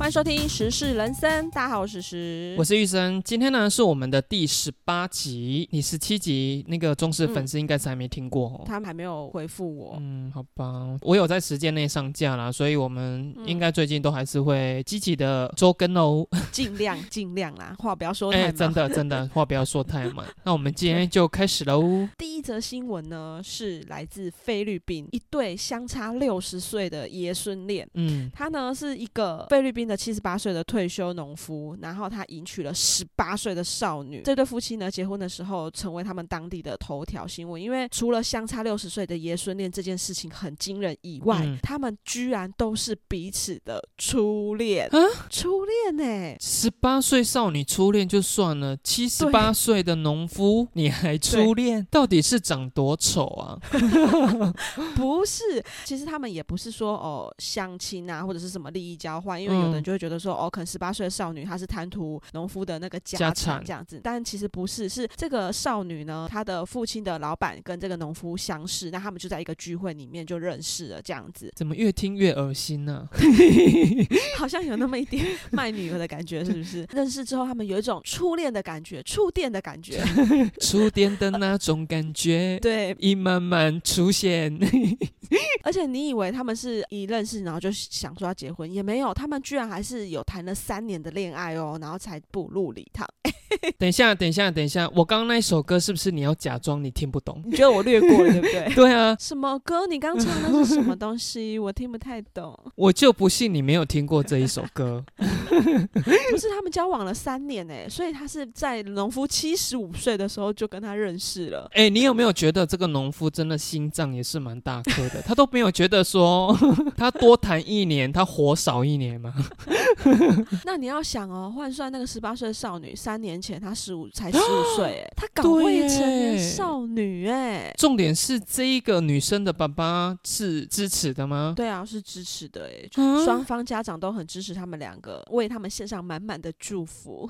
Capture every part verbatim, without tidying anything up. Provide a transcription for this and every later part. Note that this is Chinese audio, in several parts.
迎收听时事人生，大家好，我是时， 我是玉生。今天呢是我们的第十八集，你十七集那个忠实粉丝应该是还没听过、哦嗯、他们还没有回复我。 嗯，好吧，我有在时间内上架啦，所以我们应该最近都还是会积极的周更哦， 尽量尽量啦，话不要说太满、 欸、真的真的话不要说太满。那我们今天就开始喽。 第一则新闻呢是来自菲律宾一对相差六十岁的爷孙恋，嗯，他呢是一个菲律宾的七十八岁的退休农夫，然后他迎娶了十八岁的少女。这对夫妻呢结婚的时候成为他们当地的头条新闻，因为除了相差六十岁的爷孙恋这件事情很惊人以外、嗯、他们居然都是彼此的初恋啊！初恋欸， 十八岁少女初恋就算了，七十八岁的农夫你还初恋，到底是长多丑啊？ 不是，其实他们也不是说哦相亲啊或者是什么利益交换，因为有的人就会觉得说、嗯、哦可能十八岁的少女她是贪图农夫的那个家产这样子，但其实不是，是这个少女呢她的父亲的老板跟这个农夫相识，那他们就在一个聚会里面就认识了这样子。 怎么越听越恶心呢、啊？ 好像有那么一点卖女儿的感觉，是不是？认识之后他们有一种初恋的感觉，触电的感觉， 触电的那种感觉， 对， 一慢慢出现。 而且你以为他们是一认识然后就想说要结婚，也没有，他们居然还是有谈了三年的恋爱哦，然后才步入礼堂。 等一下等一下等一下，我刚刚那首歌是不是你要假装你听不懂？ 你觉得我略过了对不对？ 对啊， 什么歌？你刚唱的是什么东西？我听不太懂。 我就不信你没有听过这一首歌。 不是，他们交往了三年耶，所以他是在农夫七十五岁的时候就跟他认识了。 哎、欸，你有没有觉得这个农夫真的心脏也是蛮大颗的？他都没有觉得说他多谈一年他活少一年吗？ 那你要想哦，换算那个十八岁的少女，三年前她十五才十五岁，哎，她搞未成年少女，哎， 重点是这一个女生的爸爸是支持的吗？ 对啊，是支持的，哎，双、啊、方家长都很支持他们两个，为他们献上满满的祝福，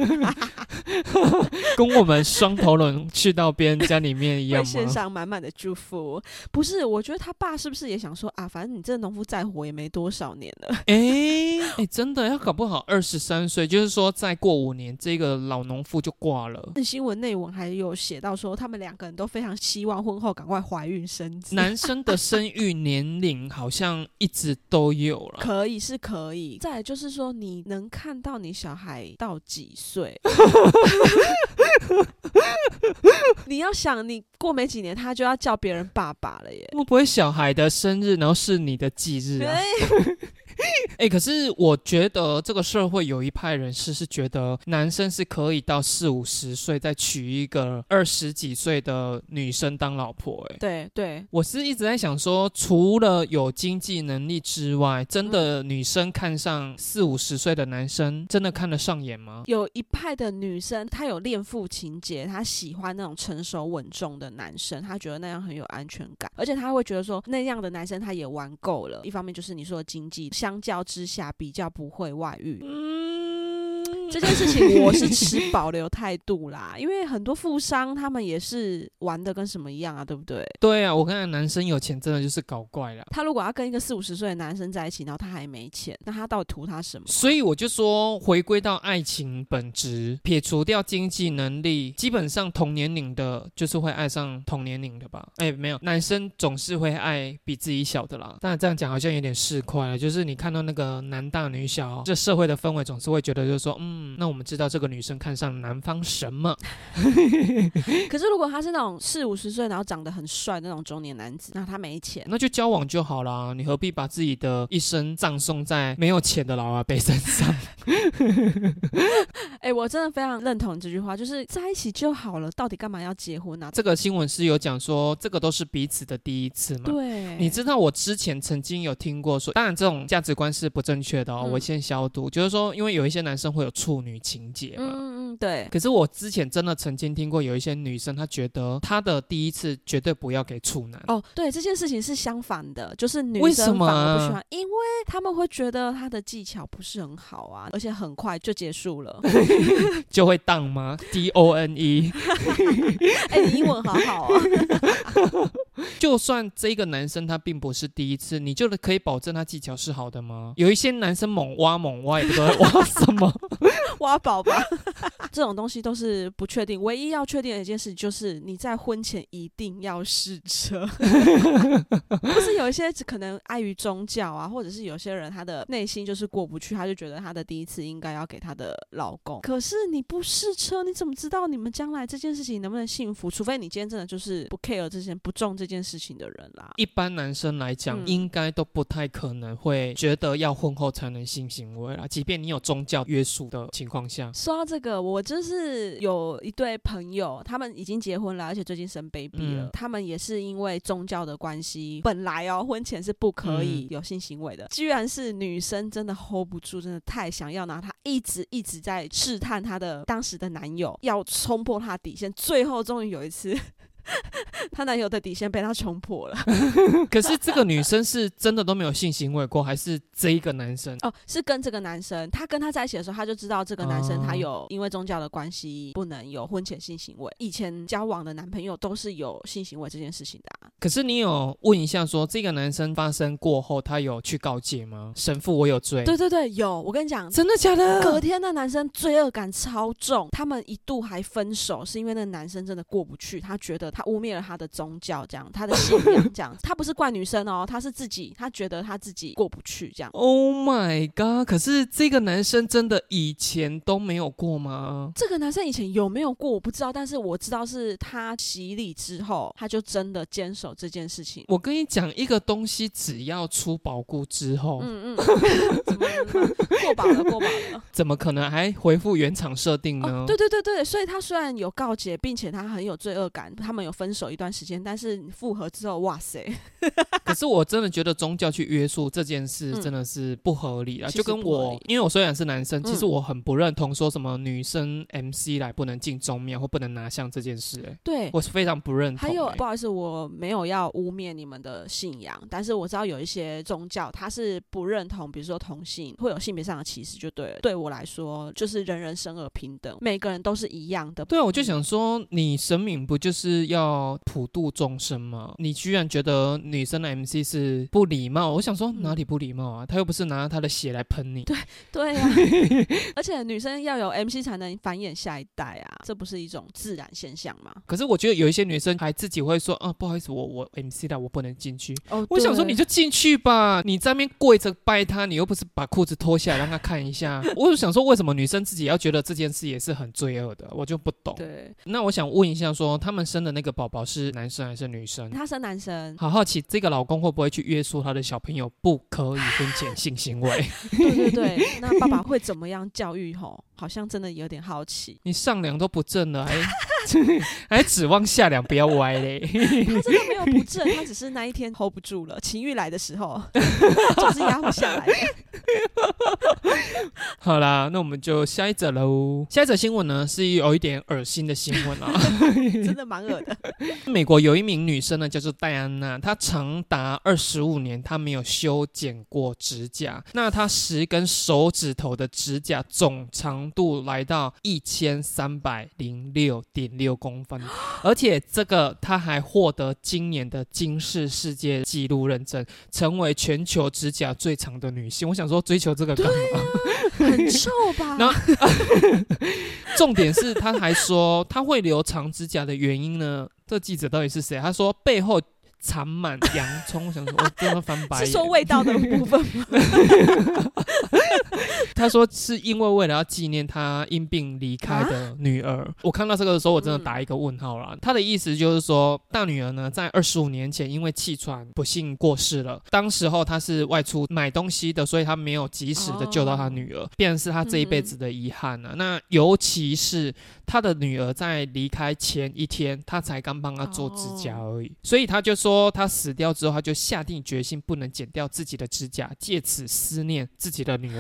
跟我们双头龙去到别人家里面一样吗？ 献上满满的祝福，不是？我觉得他爸是不是也想说啊，反正你这个农夫再活也没多少年了， 哎哎、欸欸，真的要搞不好二十三岁，就是说再过五年，这个老农夫就挂了。 新闻内文还有写到说，他们两个人都非常希望婚后赶快怀孕生子。 男生的生育年龄好像一直都有了， 可以是可以。再来就是说，你能看到你小孩到几岁？你要想，你过没几年，他就要叫别人爸爸了耶。 会不会小孩的生日，然后是你的忌日啊？哎、欸，可是我觉得这个社会有一派人士是觉得男生是可以到四五十岁再娶一个二十几岁的女生当老婆、欸。哎， 对对， 我是一直在想说，除了有经济能力之外，真的女生看上四五十岁的男生，真的看得上眼吗？ 有一派的女生，她有恋父情节，她喜欢那种成熟稳重的男生，她觉得那样很有安全感，而且她会觉得说那样的男生她也玩够了。一方面就是你说的经济，相较之下比较不会外遇。嗯，这件事情我是持保留态度啦，因为很多富商他们也是玩的跟什么一样啊，对不对？ 对啊，我看男生有钱真的就是搞怪了。 他如果要跟一个四五十岁的男生在一起，然后他还没钱，那他到底图他什么？ 所以我就说，回归到爱情本质，撇除掉经济能力，基本上同年龄的就是会爱上同年龄的吧？哎，没有，男生总是会爱比自己小的啦。当然这样讲好像有点市侩了，就是你看到那个男大女小，这社会的氛围总是会觉得就是说，嗯，那我们知道这个女生看上男方什么。 可是如果他是那种四五十岁然后长得很帅的那种中年男子，那他没钱， 那就交往就好啦，你何必把自己的一生葬送在没有钱的老阿伯身上？ 哎、欸，我真的非常认同你这句话，就是在一起就好了，到底干嘛要结婚啊？ 这个新闻是有讲说，这个都是彼此的第一次嘛。 对， 你知道我之前曾经有听过说，当然这种价值观是不正确的哦，嗯、我先消毒，就是说，因为有一些男生会有处女情节嘛。 嗯嗯，对。 可是我之前真的曾经听过有一些女生，她觉得她的第一次绝对不要给处男。 哦，对，这件事情是相反的，就是女生反而不喜欢，因为他们会觉得他的技巧不是很好啊，而且很快就结束了。 就会当吗 ？D O N E。 哎、欸，你英文好好啊。 就算这个男生他并不是第一次，你就可以保证他技巧是好的吗？有一些男生猛挖猛挖也不知道挖什么挖宝吧这种东西都是不确定，唯一要确定的一件事就是你在婚前一定要试车不是有一些可能碍于宗教啊，或者是有些人他的内心就是过不去，他就觉得他的第一次应该要给他的老公，可是你不试车你怎么知道你们将来这件事情能不能幸福？除非你今天真的就是不 care 这件不重这件事情的人啦。 一般男生来讲、嗯、应该都不太可能会觉得要婚后才能性行为啦，即便你有宗教约束的情况下。 说到这个，我就是有一对朋友，他们已经结婚了，而且最近生 baby 了、嗯、他们也是因为宗教的关系，本来哦婚前是不可以有性行为的、嗯、居然是女生真的 hold 不住，真的太想要，然后她一直一直在试探她的当时的男友，要冲破她的底线，最后终于有一次她男友的底线被她冲破了可是这个女生是真的都没有性行为过，还是这一个男生？ 哦，是跟这个男生，她跟他在一起的时候，她就知道这个男生他有因为宗教的关系不能有婚前性行为，以前交往的男朋友都是有性行为这件事情的、啊、 可是你有问一下说这个男生发生过后他有去告诫吗？神父我有罪。 对对对，有。我跟你讲， 真的假的？ 隔天那男生罪恶感超重，他们一度还分手，是因为那个男生真的过不去，他觉得他污蔑了他的宗教，这样他的信仰这样他不是怪女生哦，他是自己，他觉得他自己过不去这样。 Oh my god， 可是这个男生真的以前都没有过吗？ 这个男生以前有没有过我不知道，但是我知道是他洗礼之后他就真的坚守这件事情。 我跟你讲，一个东西只要出保固之后嗯嗯怎么过保了过保了怎么可能还恢复原厂设定呢、 哦、对对对对，所以他虽然有告诫并且他很有罪恶感，他们有分手一段时间，但是复合之后哇塞可是我真的觉得宗教去约束这件事真的是不合理啊、嗯、就跟我因为我虽然是男生、嗯、其实我很不认同说什么女生 M C 来不能进宗庙或不能拿香这件事、欸、对，我是非常不认同、欸、 还有不好意思，我没有要污蔑你们的信仰，但是我知道有一些宗教他是不认同比如说同性会有性别上的歧视就对了，对我来说就是人人生而平等，每个人都是一样的。 对啊，我就想说你神明不就是要普度众生吗？你居然觉得女生的 M C 是不礼貌，我想说哪里不礼貌啊？他又不是拿他的血来喷你。 对对啊而且女生要有 M C 才能繁衍下一代啊，这不是一种自然现象吗？ 可是我觉得有一些女生还自己会说啊，不好意思，我我 M C 的我不能进去、 哦、 我想说你就进去吧，你在那边跪着拜他，你又不是把裤子脱下来让他看一下我就想说为什么女生自己要觉得这件事也是很罪恶的，我就不懂。 对， 那我想问一下说他们生的那个宝宝是男生还是女生？ 他生男生。 好好奇这个老公会不会去约束他的小朋友不可以婚前性行为对对对那爸爸会怎么样教育吼？好像真的有点好奇。 你上梁都不正了还还指望下梁不要歪嘞他真的没有不正，他只是那一天 hold 不住了，情欲来的时候就是压不下来的好啦，那我们就下一则喽。下一则新闻呢是有一点恶心的新闻啊真的蛮恶的美国有一名女生呢叫做戴安娜，她长达二十五年她没有修剪过指甲，那她十根手指头的指甲总长度来到一千三百零六点六公分，而且这个她还获得今年的金氏世界纪录认证，成为全球指甲最长的女性。我想说追求这个干嘛？ 对啊，很臭吧？ 然后重点是他还说他会留长指甲的原因呢，这记者到底是谁？他说背后缠满洋葱，我想说我真的翻白眼。 是说味道的部分吗？ 他说是因为为了要纪念他因病离开的女儿、啊、我看到这个的时候我真的打一个问号啦、嗯、他的意思就是说大女儿呢在二十五年前因为气喘不幸过世了，当时候他是外出买东西的，所以他没有及时的救到他女儿、哦、变成是他这一辈子的遗憾啊、嗯、那尤其是他的女儿在离开前一天他才刚帮他做指甲而已、哦、所以他就说他死掉之后他就下定决心不能剪掉自己的指甲，借此思念自己的女儿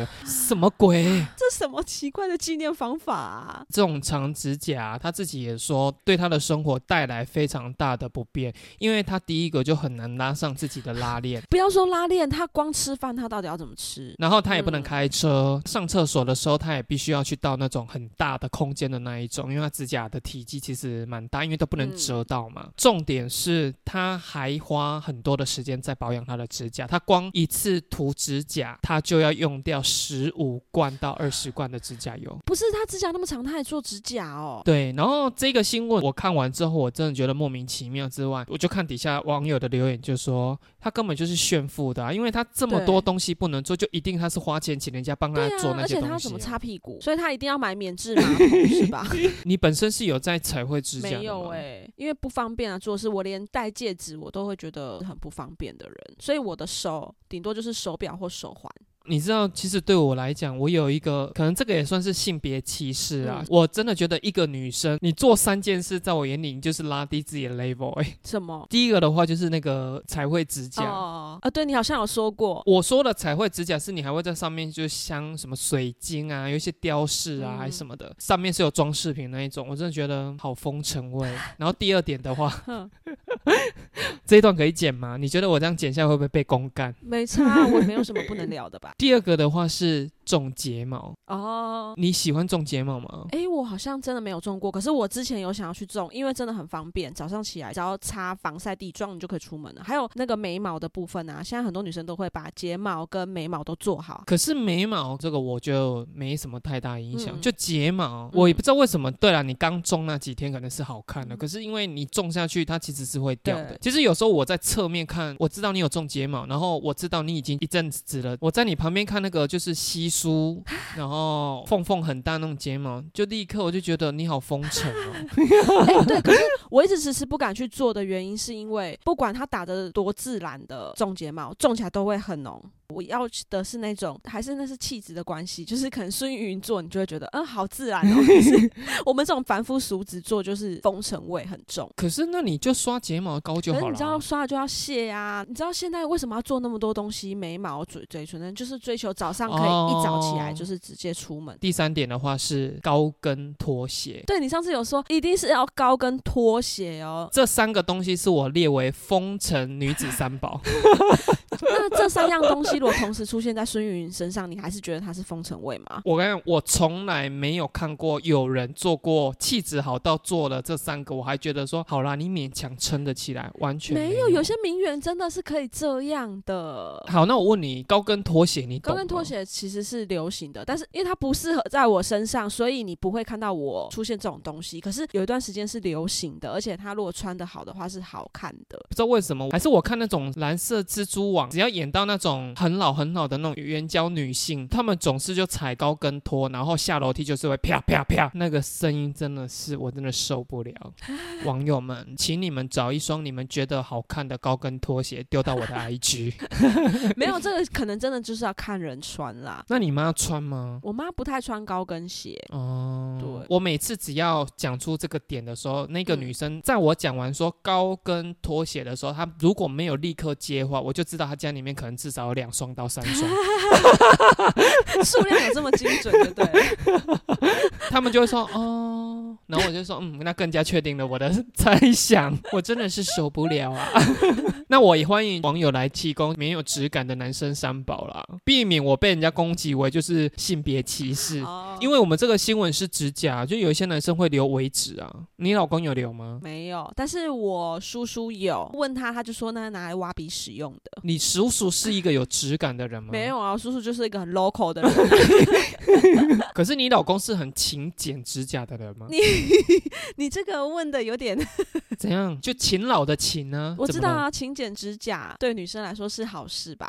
了，什么鬼？ 这什么奇怪的纪念方法啊？ 这种长指甲他自己也说对他的生活带来非常大的不便，因为他第一个就很难拉上自己的拉链， 不要说拉链，他光吃饭他到底要怎么吃？ 然后他也不能开车、嗯、上厕所的时候他也必须要去到那种很大的空间的那一种，因为他指甲的体积其实蛮大，因为都不能折到嘛、嗯、重点是他还花很多的时间在保养他的指甲，他光一次涂指甲他就要用掉十五罐到二十罐的指甲油。 不是，他指甲那么长他还做指甲哦？ 对，然后这个新闻我看完之后我真的觉得莫名其妙之外，我就看底下网友的留言就说他根本就是炫富的、啊、因为他这么多东西不能做，就一定他是花钱请人家帮他做那些东西、啊啊、而且他要怎么擦屁股，所以他一定要买免治马桶是吧？ 你本身是有在彩绘指甲的吗？ 没有哎、欸，因为不方便啊，做事我连戴戒指我都会觉得很不方便的人，所以我的手顶多就是手表或手环。 你知道其实对我来讲，我有一个可能这个也算是性别歧视啊、嗯、我真的觉得一个女生你做三件事在我眼里你就是拉低自己的 level、欸、 什么？ 第一个的话就是那个彩绘指甲哦啊，对，你好像有说过。 我说的彩绘指甲是你还会在上面就镶什么水晶啊，有一些雕饰啊、嗯、还是什么的，上面是有装饰品那一种，我真的觉得好风尘味。然后第二点的话这一段可以剪吗？你觉得我这样剪下来会不会被公干？ 没差，我没有什么不能聊的吧。 第二个的话是种睫毛哦， 你喜欢种睫毛吗？ 哎，我好像真的没有种过，可是我之前有想要去种，因为真的很方便，早上起来只要擦防晒地霜你就可以出门了。还有那个眉毛的部分啊，现在很多女生都会把睫毛跟眉毛都做好。 可是眉毛这个我就没什么太大影响、嗯、就睫毛我也不知道为什么、嗯、对啦，你刚种那几天可能是好看的、嗯、可是因为你种下去它其实是会掉的。其实有时候我在侧面看，我知道你有种睫毛，然后我知道你已经一阵子了，我在你旁边看那个就是稀疏然后缝缝很大那种睫毛，就立刻我就觉得你好风尘哦、 欸、对，可是我一直迟迟不敢去做的原因是因为不管它打得多自然的种睫毛，种起来都会很浓。我要的是那种，还是那是气质的关系，就是可能孙芸芸做你就会觉得嗯好自然哦，可是我们这种凡夫俗子做就是风尘味很重。 可是那你就刷睫毛膏就好了。 可是你知道刷了就要卸啊，你知道现在为什么要做那么多东西，眉毛嘴嘴唇呢？就是追求早上可以一早起来就是直接出门、哦、 第三点的话是高跟拖鞋。 对，你上次有说一定是要高跟拖鞋哦， 这三个东西是我列为风尘女子三宝那这三样东西如果同时出现在孙芸芸身上，你还是觉得它是风尘味吗？ 我跟你讲，我从来没有看过有人做过气质好到做了这三个我还觉得说好啦你勉强撑得起来，完全没有。 没有，有些名媛真的是可以这样的。 好，那我问你，高跟拖鞋你懂吗？ 高跟拖鞋其实是流行的，但是因为它不适合在我身上，所以你不会看到我出现这种东西。可是有一段时间是流行的，而且它如果穿得好的话是好看的。 不知道为什么，还是我看那种蓝色蜘蛛网，只要演到那种很老很老的那种援交女性，她们总是就踩高跟拖，然后下楼梯就是会啪啪啪，那个声音真的是我真的受不了。网友们，请你们找一双你们觉得好看的高跟拖鞋丢到我的 I G 没有，这个可能真的就是要看人穿啦。 那你妈穿吗？ 我妈不太穿高跟鞋哦。对， 我每次只要讲出这个点的时候，那个女生在我讲完说高跟拖鞋的时候，她如果没有立刻接话，我就知道她家里面可能至少有两双到三双数量有这么精准就对了他们就会说哦，然后我就说嗯，那更加确定了我的猜想，我真的是受不了啊那我也欢迎网友来提供没有质感的男生三宝啦，避免我被人家攻击为就是性别歧视、哦、因为我们这个新闻是指甲，就有一些男生会留尾指啊。你老公有留吗？ 没有，但是我叔叔有，问他他就说那拿来挖鼻使用的。 你叔叔是一个有质感的人吗？ 没有啊，叔叔就是一个很 local 的人可是你老公是很勤剪指甲的人吗？ 你你这个问的有点怎样？就勤劳的勤呢、啊？ 我知道啊，勤剪指甲对女生来说是好事吧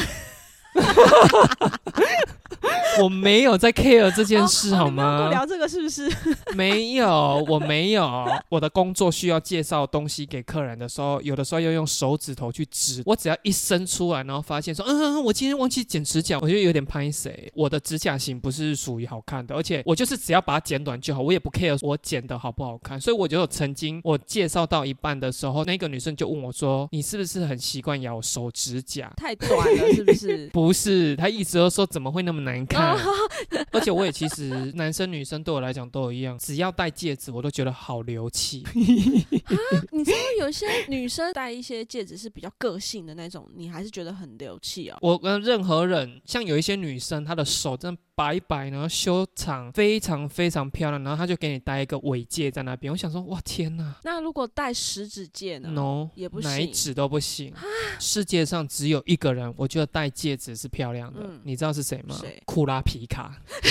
我没有在 care 这件事、哦、好吗？ 哦、你没有跟我聊这个是不是？ 没有，我没有。我的工作需要介绍东西给客人的时候，有的时候要用手指头去指，我只要一伸出来，然后发现说嗯，我今天忘记剪指甲，我就有点拍谁。我的指甲型不是属于好看的，而且我就是只要把它剪短就好，我也不 care 我剪的好不好看。所以我就有曾经我介绍到一半的时候，那个女生就问我说你是不是很习惯咬手指甲？ 太短了是不是？ 不是，她一直都说怎么会那么难难看。而且我也其实男生女生对我来讲都一样，只要戴戒指我都觉得好流气。 你知道有些女生戴一些戒指是比较个性的那种，你还是觉得很流气哦？ 我跟任何人，像有一些女生她的手真的白白，然后修长非常非常漂亮，然后她就给你戴一个尾戒在那边，我想说哇天哪。 那如果戴食指戒呢？ No 也不行， 哪一指都不行。世界上只有一个人我觉得戴戒指是漂亮的、嗯、你知道是谁吗？ 谁？ 库拉皮卡。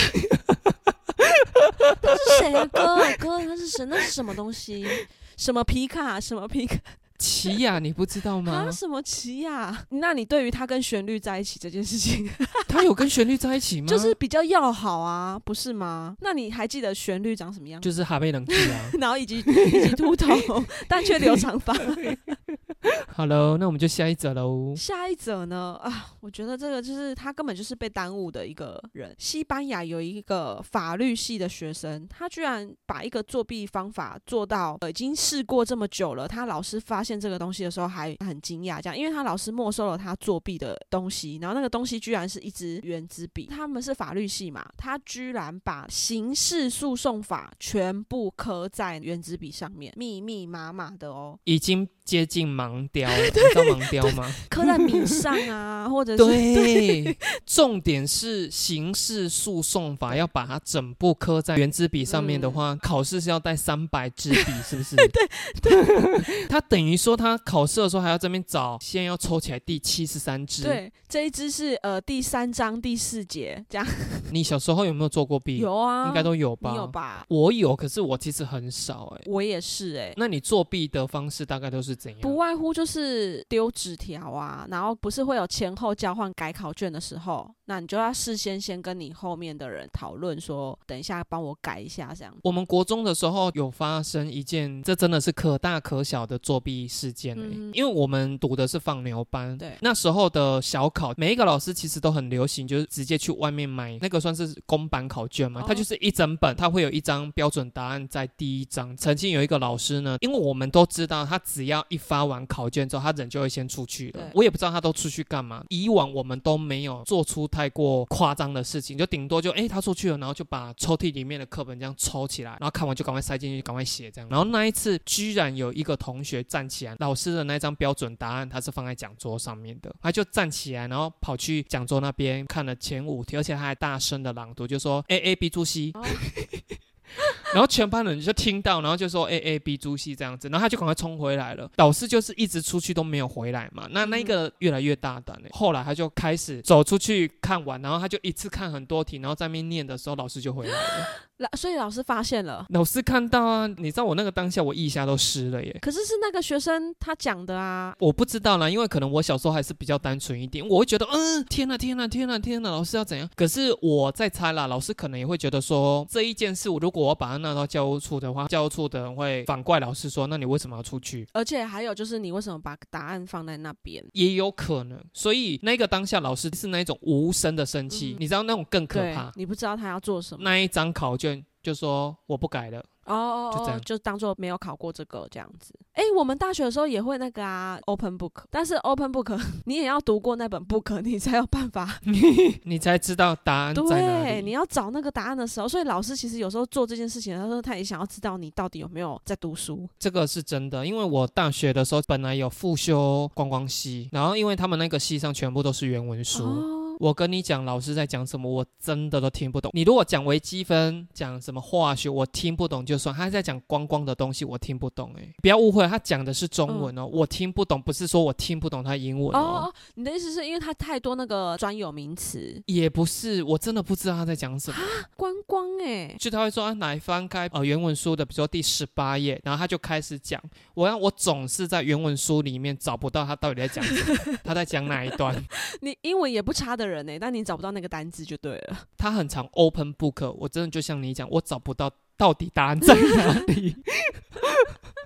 他是谁啊？哥哥他是谁？那是什么东西？什么皮卡？什么皮卡？ 奇亚你不知道吗？ 啊，什么奇亚？那你对于他跟旋律在一起这件事情， 他有跟旋律在一起吗？ 就是比较要好啊，不是吗？那你还记得旋律长什么样？ 就是哈贝冷气啊， 然后以及以及秃头，但却留长发。 好了，那我们就下一则喽。 下一则呢？啊，我觉得这个就是他根本就是被耽误的一个人。西班牙有一个法律系的学生，他居然把一个作弊方法做到、呃、已经试过这么久了，他老师发现这个东西的时候还很惊讶，这样，因为他老师没收了他作弊的东西，然后那个东西居然是一支圆珠笔。他们是法律系嘛，他居然把刑事诉讼法全部刻在圆珠笔上面，密密麻麻的哦， 已经接近盲雕了。你知道盲雕吗？ 刻在米上啊，或者是对, 对，重点是刑事诉讼法要把它整部刻在圆珠笔上面的话、嗯、考试是要带三百支笔，是不是？ 对对， 他等于说他考试的时候还要这边找，现在要抽起来第七十三支。 对，这一支是呃第三章第四节这样。 你小时候有没有作过弊？ 有啊， 应该都有吧？ 你有吧？ 我有，可是我其实很少哎、欸。 我也是哎、欸。 那你作弊的方式大概都是怎样？ 不外乎就是丢纸条啊，然后不是会有前后交换改考卷的时候，那你就要事先先跟你后面的人讨论说，等一下帮我改一下这样。 我们国中的时候有发生一件，这真的是可大可小的作弊事件、欸嗯、因为我们读的是放牛班， 对， 那时候的小考，每一个老师其实都很流行，就是直接去外面买那个算是公版考卷嘛，哦、它就是一整本，它会有一张标准答案在第一张。曾经有一个老师呢，因为我们都知道他只要一发完考卷之后，他人就会先出去了，我也不知道他都出去干嘛。以往我们都没有做出太过夸张的事情，就顶多就哎、欸、他出去了，然后就把抽屉里面的课本这样抽起来，然后看完就赶快塞进去，赶快写这样。然后那一次居然有一个同学站起来，老师的那张标准答案他是放在讲桌上面的，他就站起来，然后跑去讲桌那边看了前五题，而且他还大声的朗读，就说 A A B 猪 C。哦然后全班人就听到，然后就说 A A B 猪 C 这样子，然后他就赶快冲回来了。导师就是一直出去都没有回来嘛，那那个越来越大胆了。后来他就开始走出去看完，然后他就一次看很多题，然后在那边念的时候，老师就回来了。 所以老师发现了， 老师看到啊，你知道我那个当下我腋下都湿了耶。 可是是那个学生他讲的啊， 我不知道啦，因为可能我小时候还是比较单纯一点，我会觉得嗯，天哪天哪天哪天哪，老师要怎样？可是我在猜啦，老师可能也会觉得说这一件事，如果我把它拿到教务处的话，教务处的人会反怪老师说，那你为什么要出去？ 而且还有就是你为什么把答案放在那边？ 也有可能，所以那个当下老师是那一种无声的生气、嗯，你知道那种更可怕， 你不知道他要做什么。 那一张考卷就说我不改了。 哦、oh, 就这样，就当做没有考过这个这样子。哎，我们大学的时候也会那个啊 ，open book， 但是 open book 你也要读过那本 book， 你才有办法， 你才知道答案在哪里。 对，你要找那个答案的时候，所以老师其实有时候做这件事情，他说他也想要知道你到底有没有在读书。 这个是真的，因为我大学的时候本来有复修观光系，然后因为他们那个系上全部都是原文书。Oh，我跟你讲老师在讲什么我真的都听不懂，你如果讲微积分讲什么化学我听不懂就算，他在讲光光的东西我听不懂。哎，不要误会，他讲的是中文哦、嗯，我听不懂不是说我听不懂他英文 哦, 哦你的意思是因为他太多那个专有名词？ 也不是，我真的不知道他在讲什么。 观光哎， 就他会说啊，来翻开呃原文书的比如说第十八页，然后他就开始讲，我让我总是在原文书里面找不到他到底在讲什么他在讲哪一段。 你英文也不差的人欸，但你找不到那个单字就对了。 他很常 open book， 我真的就像你讲，我找不到到底答案在哪里。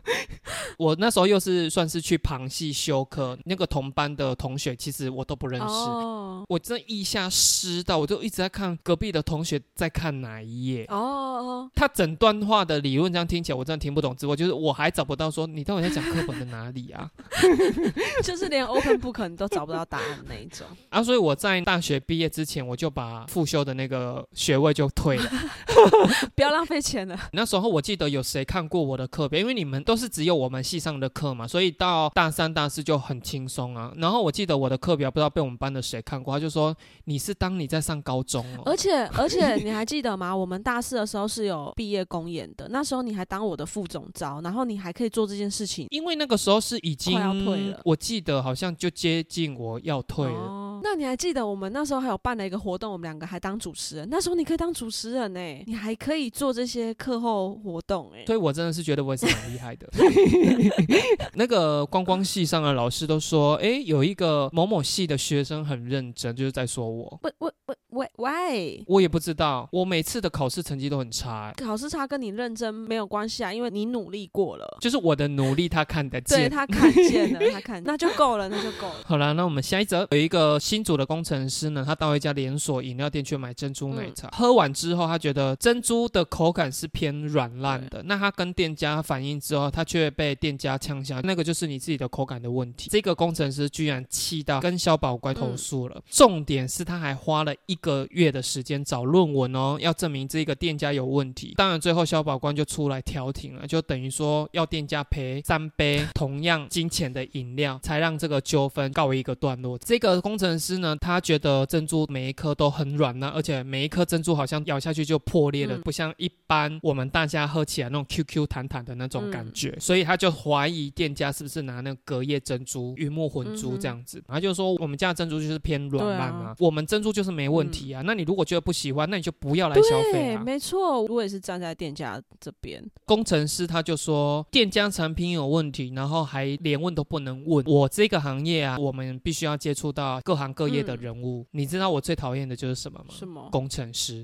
我那时候又是算是去旁系修课，那个同班的同学其实我都不认识、哦、我真的腋下湿到我就一直在看隔壁的同学在看哪一页哦，他整段话的理论这样听起来我真的听不懂之外，就是我还找不到说你到底在讲课本的哪里啊就是连 open book 你都找不到答案那一种啊，所以我在大学毕业之前我就把复修的那个学位就退了不要浪费钱了。 那时候我记得有谁看过我的课表，因为你们都是只有我们系上的课嘛，所以到大三大四就很轻松啊。然后我记得我的课表不知道被我们班的谁看过，他就说你是当你在上高中哦。 而且而且你还记得吗？我们大四的时候是有毕业公演的，那时候你还当我的副总召，然后你还可以做这件事情。 因为那个时候是已经快要退了，我记得好像就接近我要退了。哦， 那你还记得我们那时候还有办了一个活动，我们两个还当主持人。那时候你可以当主持人欸，你还可以做这些课后活动欸， 所以我真的是觉得我也是蛮厉害的那个观光系上的老师都说哎，有一个某某系的学生很认真，就是在说我喂喂喂喂喂， 我也不知道，我每次的考试成绩都很差。 考试差跟你认真没有关系啊，因为你努力过了， 就是我的努力他看得见， 对，他看见了他看那就够了那就够了。 好啦，那我们下一则，有一个新竹的工程师呢，他到一家连锁饮料店去买珍珠奶茶、嗯、喝完之后他觉得珍珠的口感是偏软烂的，那他跟店家反映之后他却被店家呛下，那个就是你自己的口感的问题。这个工程师居然气到跟消保官投诉了、嗯、重点是他还花了一个月的时间找论文哦，要证明这个店家有问题。当然最后消保官就出来调停了，就等于说要店家赔三杯同样金钱的饮料，才让这个纠纷告一个段落。这个工程师呢，他觉得珍珠每一颗都很软啊，而且每一颗珍珠好像咬下去就破裂了、嗯、不像一般我们大家喝起来那种 Q Q 弹弹的那种感觉、嗯、所以他就怀疑店家是不是拿那个隔夜珍珠鱼目混珠这样子、嗯、他就说我们家的珍珠就是偏软烂嘛、啊、我们珍珠就是没问题啊、嗯、那你如果觉得不喜欢，那你就不要来消费啊。 对，没错，我也是站在店家这边。 工程师他就说店家产品有问题，然后还连问都不能问。我这个行业啊，我们必须要接触到各行各业的人物、嗯、你知道我最讨厌的就是什么吗？ 什么？ 工程师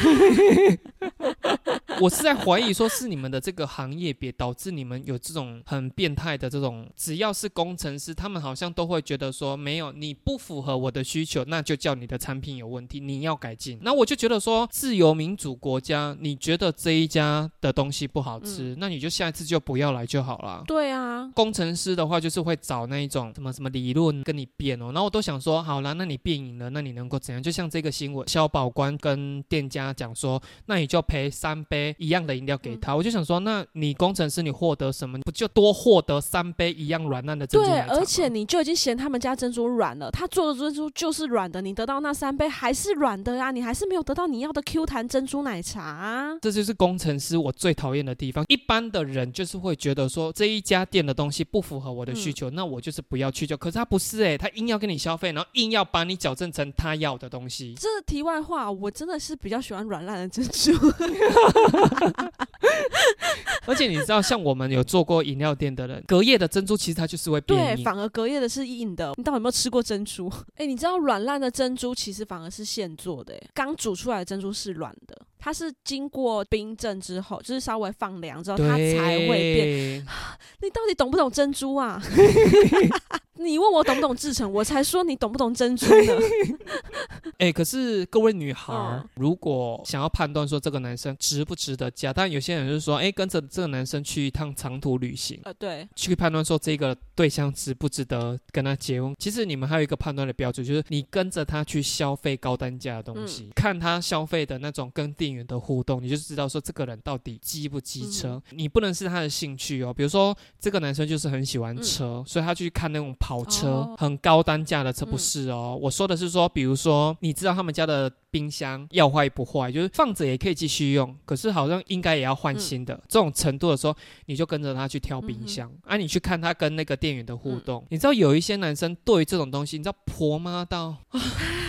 我是在怀疑说是你们的这个行业别导致你们有这种很变态的这种，只要是工程师他们好像都会觉得说没有，你不符合我的需求，那就叫你的产品有问题，你要改进。那我就觉得说自由民主国家，你觉得这一家的东西不好吃、嗯、那你就下一次就不要来就好了。 对啊， 工程师的话就是会找那一种什么什么理论跟你辩哦，然后我都想说好啦，那你辩赢了，那你能够怎样？就像这个新闻，消保官跟店家讲说那你就赔三杯一样的饮料给他、嗯、我就想说那你工程师你获得什么？不就多获得三杯一样软烂的珍珠奶茶吗？ 对，而且你就已经嫌他们家珍珠软了，他做的珍珠就是软的，你得到那三杯还是软的啊，你还是没有得到你要的 Q 弹珍珠奶茶啊。 这就是工程师我最讨厌的地方。一般的人就是会觉得说这一家店的东西不符合我的需求、嗯、那我就是不要去就，可是他不是欸，他硬要跟你消费，然后硬要把你矫正成他要的东西。 这题外话，我真的是比较喜欢软烂的珍珠而且你知道像我们有做过饮料店的人，隔夜的珍珠其实它就是会变硬， 对，反而隔夜的是硬的。你到底有没有吃过珍珠？哎，你知道软烂的珍珠其实反而是现做的，刚煮出来的珍珠是软的，它是经过冰镇之后，就是稍微放凉之后它才会变。你到底懂不懂珍珠啊？你问我懂不懂制成，我才说你懂不懂珍珠呢。 哎、欸，可是各位女孩、嗯，如果想要判断说这个男生值不值得嫁，当然有些人就是说，哎、欸，跟着这个男生去一趟长途旅行， 呃，对， 去判断说这个对象值不值得跟他结婚。其实你们还有一个判断的标准，就是你跟着他去消费高单价的东西、嗯，看他消费的那种跟店员的互动，你就知道说这个人到底机不机车、嗯。你不能是他的兴趣哦，比如说这个男生就是很喜欢车，嗯、所以他去看那种跑车、哦、很高单价的车，不是哦、嗯。我说的是说，比如说你知道他们家的冰箱要坏不坏，就是放着也可以继续用，可是好像应该也要换新的、嗯、这种程度的时候，你就跟着他去挑冰箱、嗯、啊，你去看他跟那个店员的互动、嗯、你知道有一些男生对于这种东西你知道婆妈到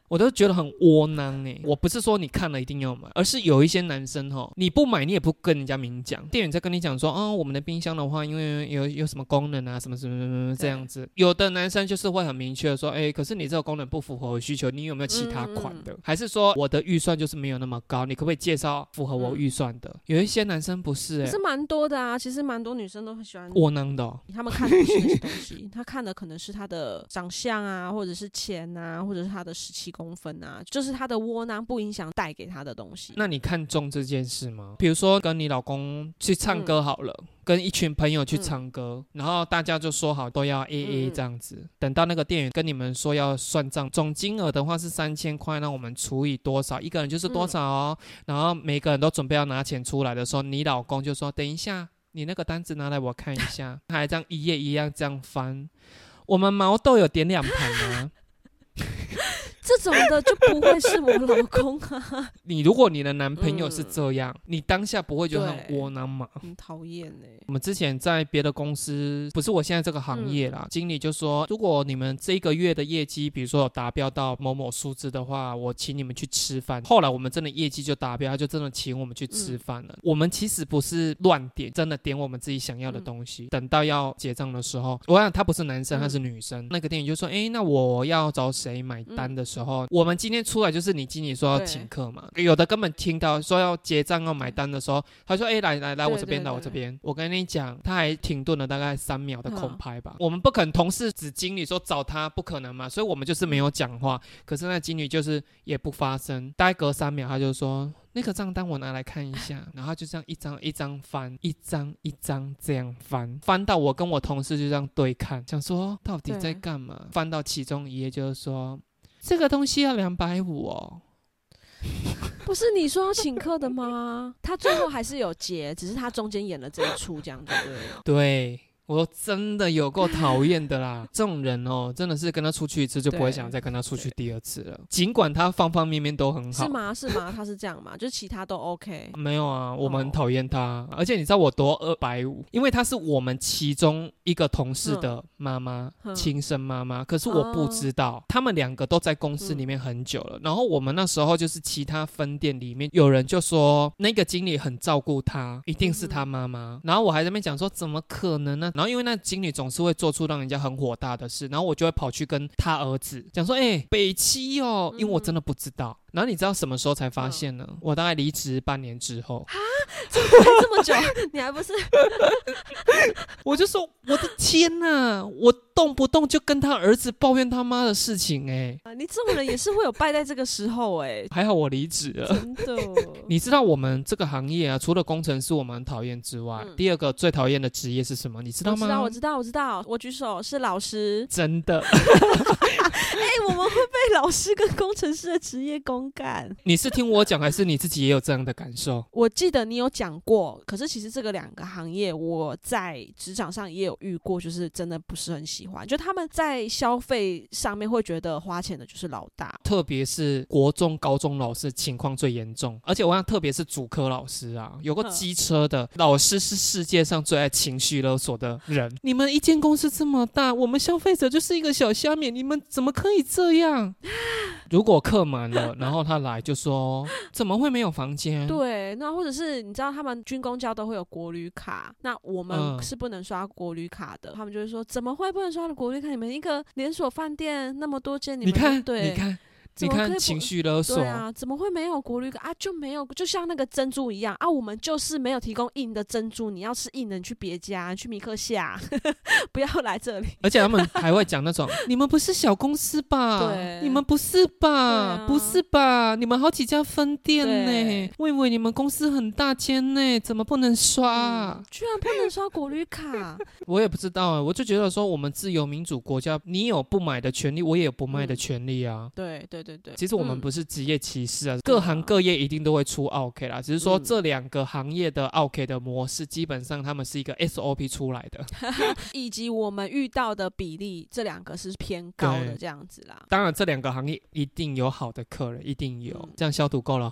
我都觉得很窝囊哎。我不是说你看了一定要买，而是有一些男生齁，你不买你也不跟人家明讲，店员在跟你讲说，哦，我们的冰箱的话，因为有有什么功能啊，什么什么什么这样子。有的男生就是会很明确的说，哎，可是你这个功能不符合我需求，你有没有其他款的？嗯、还是说我的预算就是没有那么高，你可不可以介绍符合我预算的？嗯、有一些男生不是哎、欸， 是蛮多的啊。其实蛮多女生都很喜欢窝囊的、哦， 他们看的不是那些东西，他看的可能是他的长相啊，或者是钱啊，或者是他的十七公分啊，就是他的窝囊不影响带给他的东西。 那你看重这件事吗？比如说跟你老公去唱歌好了。嗯，跟一群朋友去唱歌、嗯、然后大家就说好都要 A A 这样子、嗯、等到那个店员跟你们说要算账，总金额的话是三千块，那我们除以多少，一个人就是多少哦、嗯、然后每个人都准备要拿钱出来的时候，你老公就说等一下，你那个单子拿来我看一下还这样一页一样这样翻，我们毛豆有点两盘啊这种的就不会是我老公啊你如果你的男朋友是这样、嗯、你当下不会觉得很窝囊吗？ 很讨厌欸。 我们之前在别的公司，不是我现在这个行业啦、嗯、经理就说，如果你们这个月的业绩比如说有达标到某某数字的话，我请你们去吃饭。后来我们真的业绩就达标，他就真的请我们去吃饭了、嗯、我们其实不是乱点，真的点我们自己想要的东西、嗯、等到要结账的时候，我想他不是男生他是女生、嗯、那个店员就说，哎，那我要找谁买单的时候、嗯、我们今天出来就是你经理说要请客嘛，有的根本听到说要结账要买单的时候，他说，哎，来来来我这边，来我这边。我跟你讲，他还停顿了大概三秒的空拍吧、嗯、我们不可能同事指经理说找他，不可能嘛，所以我们就是没有讲话。可是那经理就是也不发声，大概隔三秒他就说，那个账单我拿来看一下，然后就这样一张一张翻，一张一张这样翻，翻到我跟我同事就这样对看，想说到底在干嘛。翻到其中一页就是说，这个东西要两百五哦。 不是你说要请客的吗？他最后还是有结，只是他中间演了这一出，这样对不对？ 对。我真的有够讨厌的啦这种人哦，真的是跟他出去一次就不会想再跟他出去第二次了，尽管他方方面面都很好。 是吗？是吗？他是这样吗？就是其他都 OK？ 没有啊，我们很讨厌他、哦、而且你知道我多二百五，因为他是我们其中一个同事的妈妈，亲生妈妈，可是我不知道、哦、他们两个都在公司里面很久了、嗯、然后我们那时候就是其他分店里面有人就说那个经理很照顾他，一定是他妈妈、嗯、然后我还在那边讲说怎么可能呢，然后因为那经理总是会做出让人家很火大的事，然后我就会跑去跟他儿子讲说，哎、欸，北七哦，因为我真的不知道、嗯、然后你知道什么时候才发现呢、嗯、我大概离职半年之后。 啊，怎么还这么久你还不是我就说我的天哪，我动不动就跟他儿子抱怨他妈的事情。哎、 啊，你这种人也是会有败在这个时候。哎， 还好我离职了， 真的你知道我们这个行业啊，除了工程师我们很讨厌之外、嗯、第二个最讨厌的职业是什么你知道吗？ 我知道我知道我知道，我举手，是老师。 真的哎、 欸，我们会被老师跟工程师的职业公干。 你是听我讲还是你自己也有这样的感受？ 我记得你有讲过，可是其实这个两个行业我在职场上也有遇过，就是真的不是很喜欢，就他们在消费上面会觉得花钱的就是老大， 特别是国中高中老师情况最严重，而且我想特别是主科老师啊，有个机车的老师是世界上最爱情绪勒索的人。你们一间公司这么大，我们消费者就是一个小虾米，你们怎么可以这样？如果客满了，然后他来就说怎么会没有房间？ 对，那或者是你知道他们军公教都会有国旅卡，那我们是不能刷国旅卡的、嗯、他们就会说怎么会不能刷国旅卡？你们一个连锁饭店那么多间，你们你看对你看你看情绪勒索。 对啊，怎么会没有国旅卡啊？就没有，就像那个珍珠一样啊，我们就是没有提供硬的珍珠，你要吃硬的你去别家，你去米克夏不要来这里。而且他们还会讲那种你们不是小公司吧？ 对， 你们不是吧、啊、不是吧，你们好几家分店呢，我以为你们公司很大间呢，怎么不能刷、 嗯、居然不能刷国旅卡我也不知道，我就觉得说我们自由民主国家，你有不买的权利，我也有不卖的权利啊、 嗯、对对对对， 其实我们不是职业歧视啊、嗯、各行各业一定都会出 OK 啦，只是说这两个行业的 OK 的模式、嗯、基本上他们是一个 S O P 出来的以及我们遇到的比例，这两个是偏高的这样子啦。 当然这两个行业一定有好的客人，一定有、嗯、这样消毒够了齁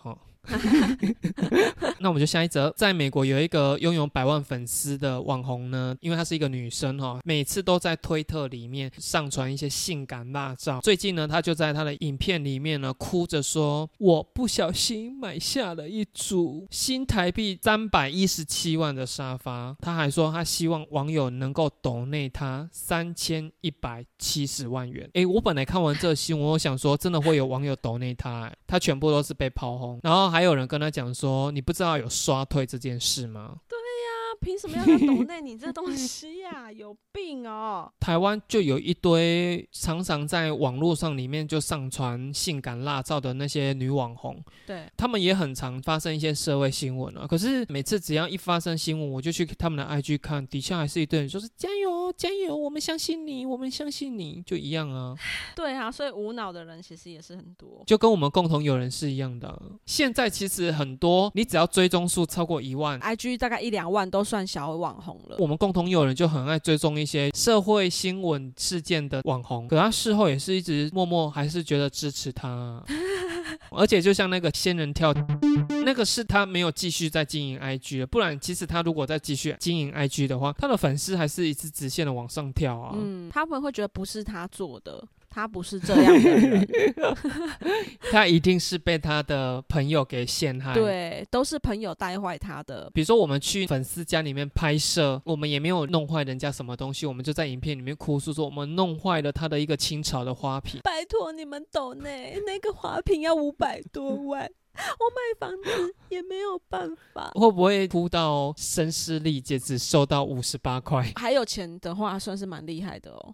那我们就下一则。在美国有一个拥有百万粉丝的网红呢，因为她是一个女生、哦、每次都在推特里面上传一些性感辣照。最近呢，她就在她的影片里面呢哭着说，我不小心买下了一组新台币三百一十七万的沙发。她还说她希望网友能够抖内她三千一百七十万元。诶，我本来看完这个新闻，我想说真的会有网友抖内她，她全部都是被炮轰。然后还有人跟她讲说，你不知道有刷退这件事吗？ 对呀，凭什么要他抖内你这东西呀、啊？有病哦！ 台湾就有一堆常常在网络上里面就上传性感辣照的那些女网红， 对， 他们也很常发生一些社会新闻啊。可是每次只要一发生新闻，我就去他们的 I G 看，底下还是一堆人说是加油加油，我们相信你，我们相信你，就一样啊。 对啊，所以无脑的人其实也是很多， 就跟我们共同友人是一样的、啊。现在其实很多，你只要追踪数超过一万 ，I G 大概一两万都算小网红了。 我们共同友人就很爱追踪一些社会新闻事件的网红，可他事后也是一直默默还是觉得支持他、啊。而且就像那个仙人跳，那个是他没有继续在经营 I G 了，不然其实他如果再继续经营 I G 的话，他的粉丝还是一直直线的往上跳啊。 嗯，他们会觉得不是他做的，他不是这样的人。 他一定是被他的朋友给陷害。 对，都是朋友带坏他的。 比如说我们去粉丝家里面拍摄，我们也没有弄坏人家什么东西，我们就在影片里面哭诉说我们弄坏了他的一个清朝的花瓶。 拜托你们抖内，那个花瓶要五百多万。我买房子也没有办法。 会不会哭到声嘶力竭，只收到五十八块？ 还有钱的话算是蛮厉害的哦。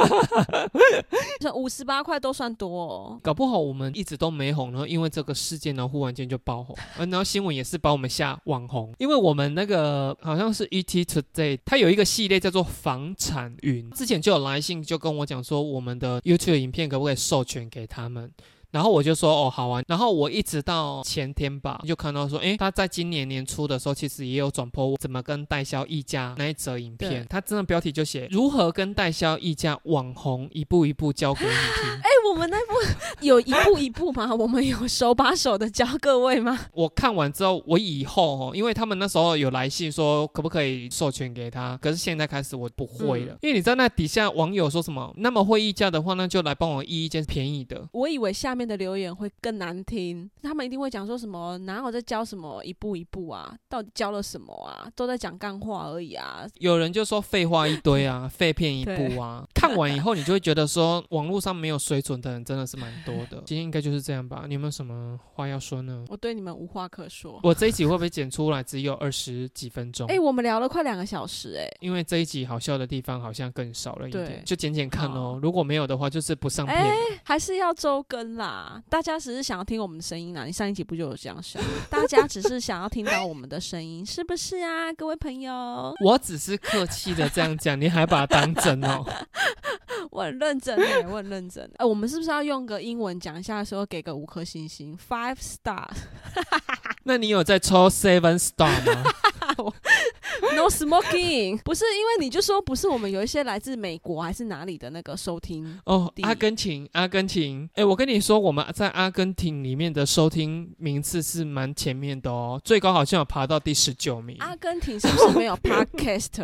五十八块都算多哦。 搞不好我们一直都没红，然后因为这个事件呢忽然间就爆红，然后新闻也是把我们下网红。因为我们那个好像是 E T Today， 它有一个系列叫做房产云，之前就有来信就跟我讲说我们的 YouTube 影片可不可以授权给他们，然后我就说哦好啊，然后我一直到前天吧就看到说，诶他在今年年初的时候其实也有转播怎么跟代销议价那一则影片，他真的标题就写如何跟代销议价网红一步一步教给你听。 哎我们那部有一步一步吗？我们有手把手的教各位吗？ 我看完之后我以后因为他们那时候有来信说可不可以授权给他，可是现在开始我不会了、嗯、因为你知道那底下网友说什么，那么会议价的话那就来帮我议一件便宜的。 我以为下面的留言会更难听，他们一定会讲说什么哪有在教什么一步一步啊，到底教了什么啊，都在讲干话而已啊。 有人就说废话一堆啊废片一部啊。看完以后你就会觉得说网络上没有水准的人真的是蛮多的。今天应该就是这样吧，你有没有什么话要说呢？ 我对你们无话可说。 我这一集会不会剪出来只有二十几分钟？ 哎、欸，我们聊了快两个小时哎、欸。 因为这一集好笑的地方好像更少了一点，就剪剪看哦。如果没有的话就是不上片、欸、 还是要周更啦。大家只是想要听我们的声音啦，你上一集不就有这样想？大家只是想要听到我们的声音，是不是啊，各位朋友？ 我只是客气的这样讲，你还把它当真哦？ 我很认真哎，我很认真。哎、欸，我们是不是要用个英文讲一下的时候给个五颗星星 ，five star？ 那你有在抽 seven star 吗 ？No smoking， 不是因为你就说不是我们有一些来自美国还是哪里的那个收听哦，阿根廷，阿根廷，哎，我跟你说，我们在阿根廷里面的收听名次是蛮前面的哦，最高好像有爬到第十九名。 阿根廷是不是没有 podcaster？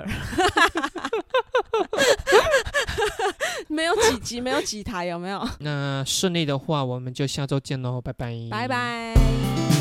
没有几集，没有几台，有没有？ 那顺利的话，我们就下周见喽，拜拜， 拜拜。